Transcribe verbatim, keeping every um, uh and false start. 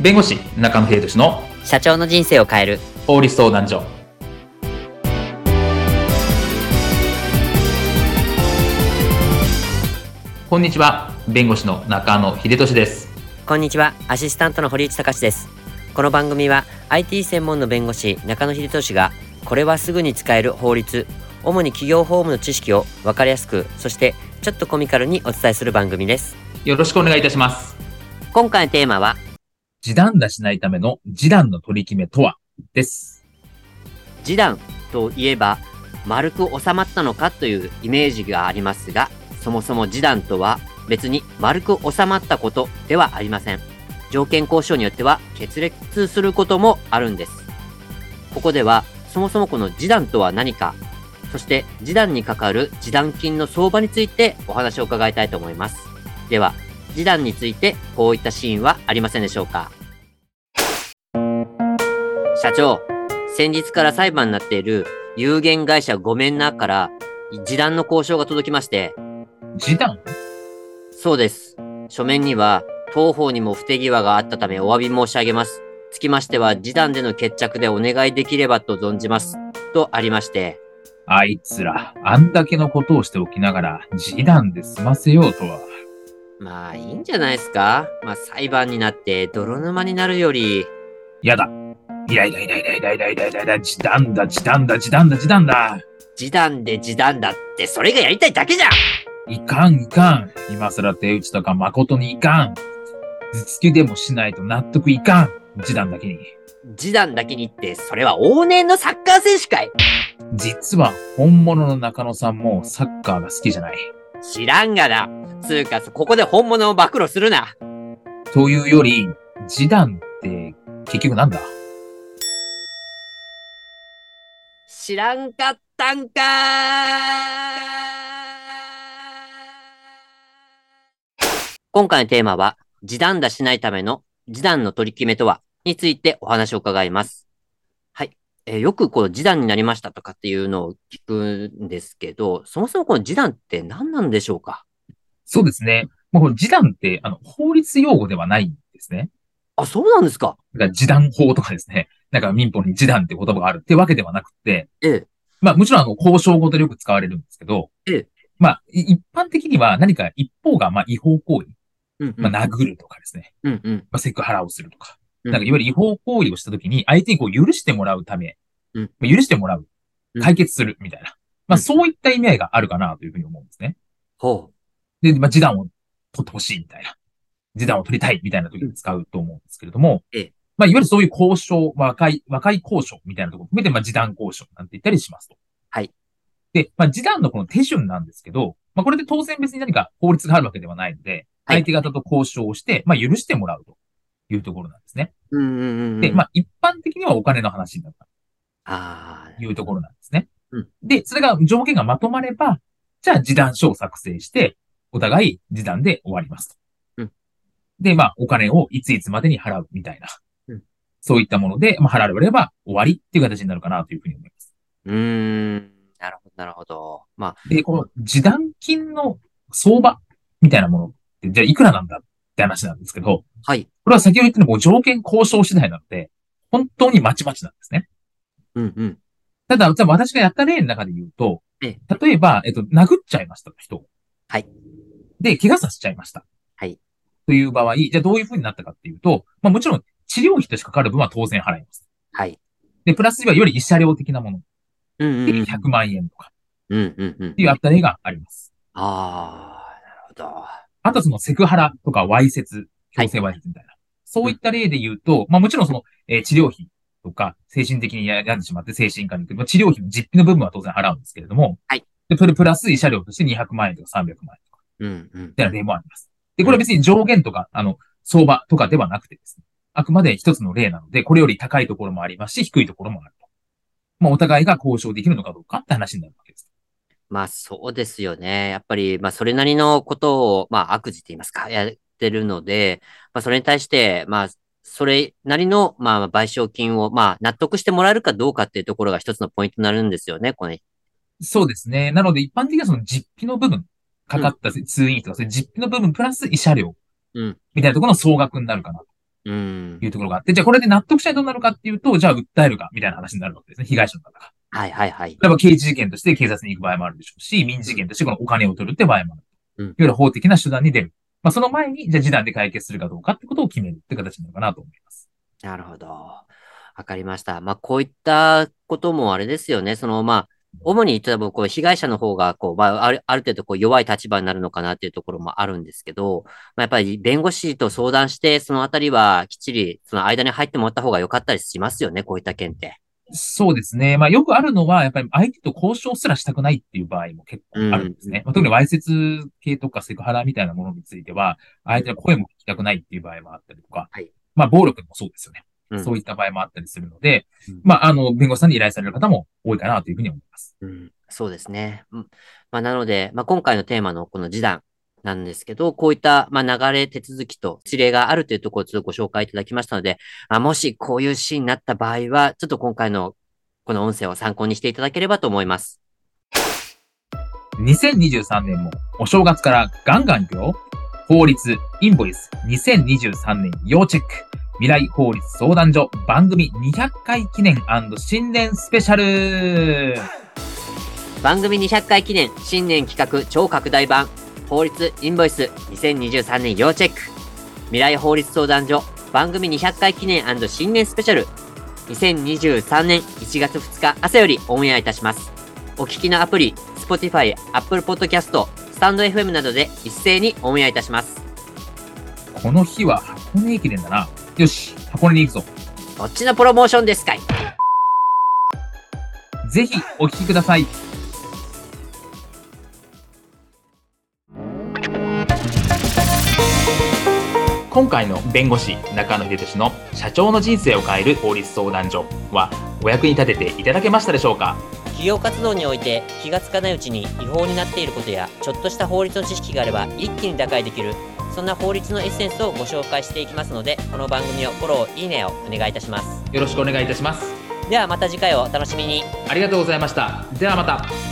弁護士中野秀俊の社長の人生を変える法律相談所。こんにちは、弁護士の中野秀俊です。 こんにちは、アシスタントの堀内隆です。この番組は アイティー 専門の弁護士中野秀俊がこれはすぐに使える法律、主に企業法務の知識を分かりやすく、そしてちょっとコミカルにお伝えする番組です。 よろしくお願いいたします。 今回のテーマは示談打しないための示談の取り決めとはです。 示談といえば丸く収まったのかというイメージがありますが、そもそも示談とは別に丸く収まったことではありません。条件交渉によっては決裂することもあるんです。ここではそもそもこの示談とは何か、そして示談にかかる示談金の相場についてお話を伺いたいと思います。では示談についてこういったシーンはありませんでしょうか。社長、先日から裁判になっている有限会社ごめんなから示談の交渉が届きまして。 示談？ そうです。書面には当方にも不手際があったためお詫び申し上げます。つきましては示談での決着でお願いできればと存じますとありまして。 あいつらあんだけのことをしておきながら示談で済ませようとは。 まあいいんじゃないですか。まあ裁判になって泥沼になるより。 やだ。イライライライライライライライライラ、示談だ示談だ示談だ示談だ。 示談で示談だってそれがやりたいだけじゃん。 いかんいかん。今更手打ちとか誠にいかん。頭突きでもしないと納得いかん。示談だけに。 示談だけにってそれは往年のサッカー選手かい。 実は本物の中野さんもサッカーが好きじゃない。 知らんがな。つうかここで本物を暴露するな。 というより示談って結局なんだ？ 知らんかったんかー。今回のテーマは示談打しないための示談の取り決めとはについてお話を伺います。はい、えー、よくこう示談になりましたとかっていうのを聞くんですけど、そもそもこの示談って何なんでしょうか？ そうですね。もう示談ってあの法律用語ではないんですね。 あ、そうなんですか。 だから示談法とかですね。なんか民法に示談って言葉があるってわけではなくて、 ええ。 まあもちろんあの交渉語でよく使われるんですけど、 ええ。 まあ一般的には何か一方がまあ違法行為、 うんうん、 まあ殴るとかですね。 うんうん、 まあセクハラをするとか。 うん、 なんかいわゆる違法行為をしたときに相手にこう許してもらうため、 うん、 許してもらう、解決するみたいな。まあそういった意味合いがあるかなというふうに思うんですね。 ほう。 で、まあ示談を取ってほしいみたいな。示談を取りたいみたいな時に使うと思うんですけれども、 ええ。 まあ、いわゆるそういう交渉、和解、和解交渉みたいなところを含めて、まあ、示談交渉なんて言ったりしますと。 はい。 で、まあ、示談のこの手順なんですけど、まあ、これで当然別に何か法律があるわけではないので、 はい、 相手方と交渉をして、まあ、許してもらうというところなんですね。 うんうんうんうん、 で、まあ、一般的にはお金の話になるというところなんですね。 うん、 で、それが条件がまとまれば、じゃあ示談書を作成して、お互い示談で終わりますと。 うん、 で、まあ、お金をいついつまでに払うみたいな。 うん、 そういったもので、まあ、払われれば終わりっていう形になるかなというふうに思います。 うーん。なるほど、なるほど。まあ。 で、この示談金の相場みたいなものって、じゃあいくらなんだって話なんですけど、 はい。 これは先ほど言ったのも条件交渉次第なので、本当にまちまちなんですね。 うんうん。 ただ、私がやった例の中で言うと、 え例えば、えっと、殴っちゃいました人を。 はい。 で、怪我させちゃいました。 はい。 という場合、じゃあどういう風になったかっていうと、まあもちろん治療費としてかかる分は当然払います。 はい。 で、プラスいわゆる慰謝料的なもの。 うんうんで、 うん。 ひゃくまんえんとか。 うんうんうん。 っていうあった例があります。 ああ、なるほど。 あとはそのセクハラとかわいせつ、 はい。 強制わいせつみたいな。そういった例で言うと、まあもちろんその、えー治療費とか、精神的に病んでしまって精神科に行く。まあ、治療費の実費の部分は当然払うんですけれども、 はい。 で、それプラス慰謝料としてにひゃくまんえんとかさんびゃくまんえんとか。 うんうん。 っていう例もあります。で、これは別に上限とか、あの、相場とかではなくてですね。あくまで一つの例なので、これより高いところもありますし、低いところもあると。まあ、お互いが交渉できるのかどうかって話になるわけです。 まあそうですよね。やっぱり、まあそれなりのことを、まあ悪事って言いますか、やってるので、まあそれに対して、まあそれなりの、まあ賠償金を、まあ納得してもらえるかどうかっていうところが一つのポイントになるんですよね、これ。 そうですね。なので一般的にはその実費の部分、かうん、 かった通院費とか、そういう実費の部分プラス慰謝料うん、 みたいなところの総額になるかなとうん。 いうところがあって、じゃあこれで納得しないとどうなるかっていうと、じゃあ訴えるかみたいな話になるわけですね。被害者の方が。 はいはいはい。 例えば刑事事件として警察に行く場合もあるでしょうし、民事事件としてこのお金を取るって場合もある。 うん。 いわゆる法的な手段に出る。まあその前に、じゃあ示談で解決するかどうかってことを決めるって形なのかなと思います。 なるほど。わかりました。まあ、こういったこともあれですよね。その、まあ、主に多分こう被害者の方がこう、まあ、ある、ある程度こう弱い立場になるのかなっていうところもあるんですけど、まあ、やっぱり弁護士と相談して、そのあたりはきっちりその間に入ってもらった方が良かったりしますよね、こういった件って。 そうですね。まあよくあるのは、やっぱり相手と交渉すらしたくないっていう場合も結構あるんですね。 うん、 まあ、特にわいせつ系とかセクハラみたいなものについては、相手の声も聞きたくないっていう場合もあったりとか、 はい。 まあ暴力もそうですよね。 うん、 そういった場合もあったりするので、 うんまああの、弁護士さんに依頼される方も多いかなというふうに思います。 うん、そうですね。うん、まあ、なので、まあ、今回のテーマのこの示談なんですけど、こういった、まあ、流れ手続きと事例があるというところをちょっとご紹介いただきましたので、まあ、もしこういうシーンになった場合は、ちょっと今回のこの音声を参考にしていただければと思います。 にせんにじゅうさんねんもお正月からガンガンいくよ。法律、インボイス、にせんにじゅうさんねん要チェック。未来法律相談所番組にひゃっかい記念&新年スペシャル。 番組にひゃっかい記念新年企画超拡大版法律インボイスにせんにじゅうさんねん要チェック。未来法律相談所番組にひゃっかい記念&新年スペシャル。にせんにじゅうさんねんいちがつふつか朝よりオンエアいたします。お聞きのアプリ、Spotify、Apple Podcast、スタンド エフエム などで一斉にオンエアいたします。 この日は箱根駅伝だな。よし、箱根に行くぞ。 どっちのプロモーションですかい？ ぜひお聞きください。今回の弁護士中野秀俊の社長の人生を変える法律相談所はお役に立てていただけましたでしょうか。 企業活動において気がつかないうちに違法になっていることやちょっとした法律の知識があれば一気に打開できる、そんな法律のエッセンスをご紹介していきますので、この番組をフォロー、いいねをお願いいたします。 よろしくお願いいたします。 ではまた次回をお楽しみに。 ありがとうございました。ではまた。